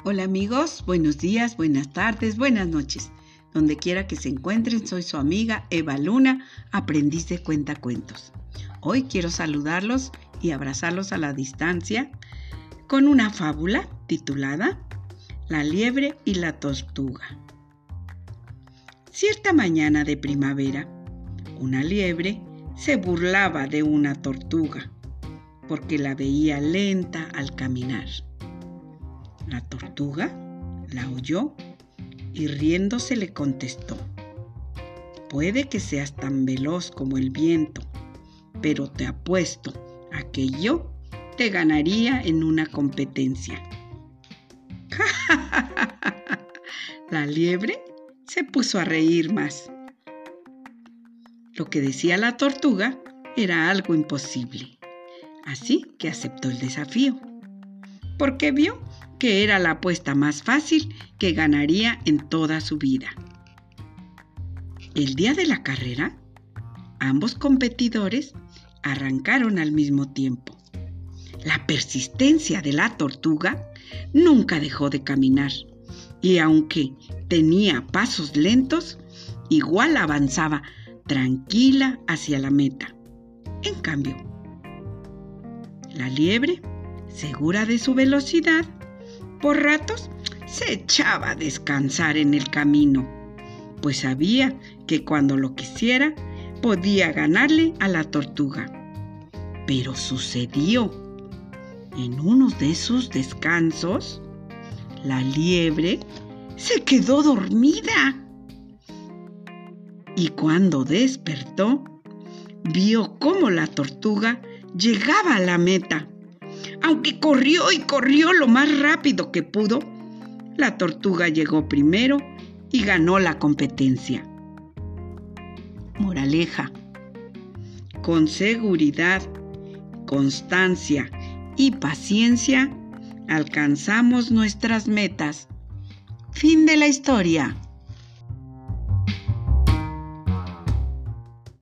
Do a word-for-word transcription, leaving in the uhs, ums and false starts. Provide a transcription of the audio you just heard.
Hola amigos, buenos días, buenas tardes, buenas noches. Donde quiera que se encuentren, soy su amiga Eva Luna, aprendiz de cuentacuentos. Hoy quiero saludarlos y abrazarlos a la distancia con una fábula titulada La liebre y la tortuga. Cierta mañana de primavera, una liebre se burlaba de una tortuga porque la veía lenta al caminar. La tortuga la oyó y riéndose le contestó: «Puede que seas tan veloz como el viento, pero te apuesto a que yo te ganaría en una competencia». La liebre se puso a reír más. Lo que decía la tortuga era algo imposible, así que aceptó el desafío, porque vio que era la apuesta más fácil que ganaría en toda su vida. El día de la carrera, ambos competidores arrancaron al mismo tiempo. La persistencia de la tortuga nunca dejó de caminar, y aunque tenía pasos lentos, igual avanzaba tranquila hacia la meta. En cambio, la liebre, segura de su velocidad, por ratos se echaba a descansar en el camino, pues sabía que cuando lo quisiera podía ganarle a la tortuga. Pero sucedió. En uno de sus descansos, la liebre se quedó dormida. Y cuando despertó, vio cómo la tortuga llegaba a la meta. Aunque corrió y corrió lo más rápido que pudo, la tortuga llegó primero y ganó la competencia. Moraleja: con seguridad, constancia y paciencia alcanzamos nuestras metas. Fin de la historia.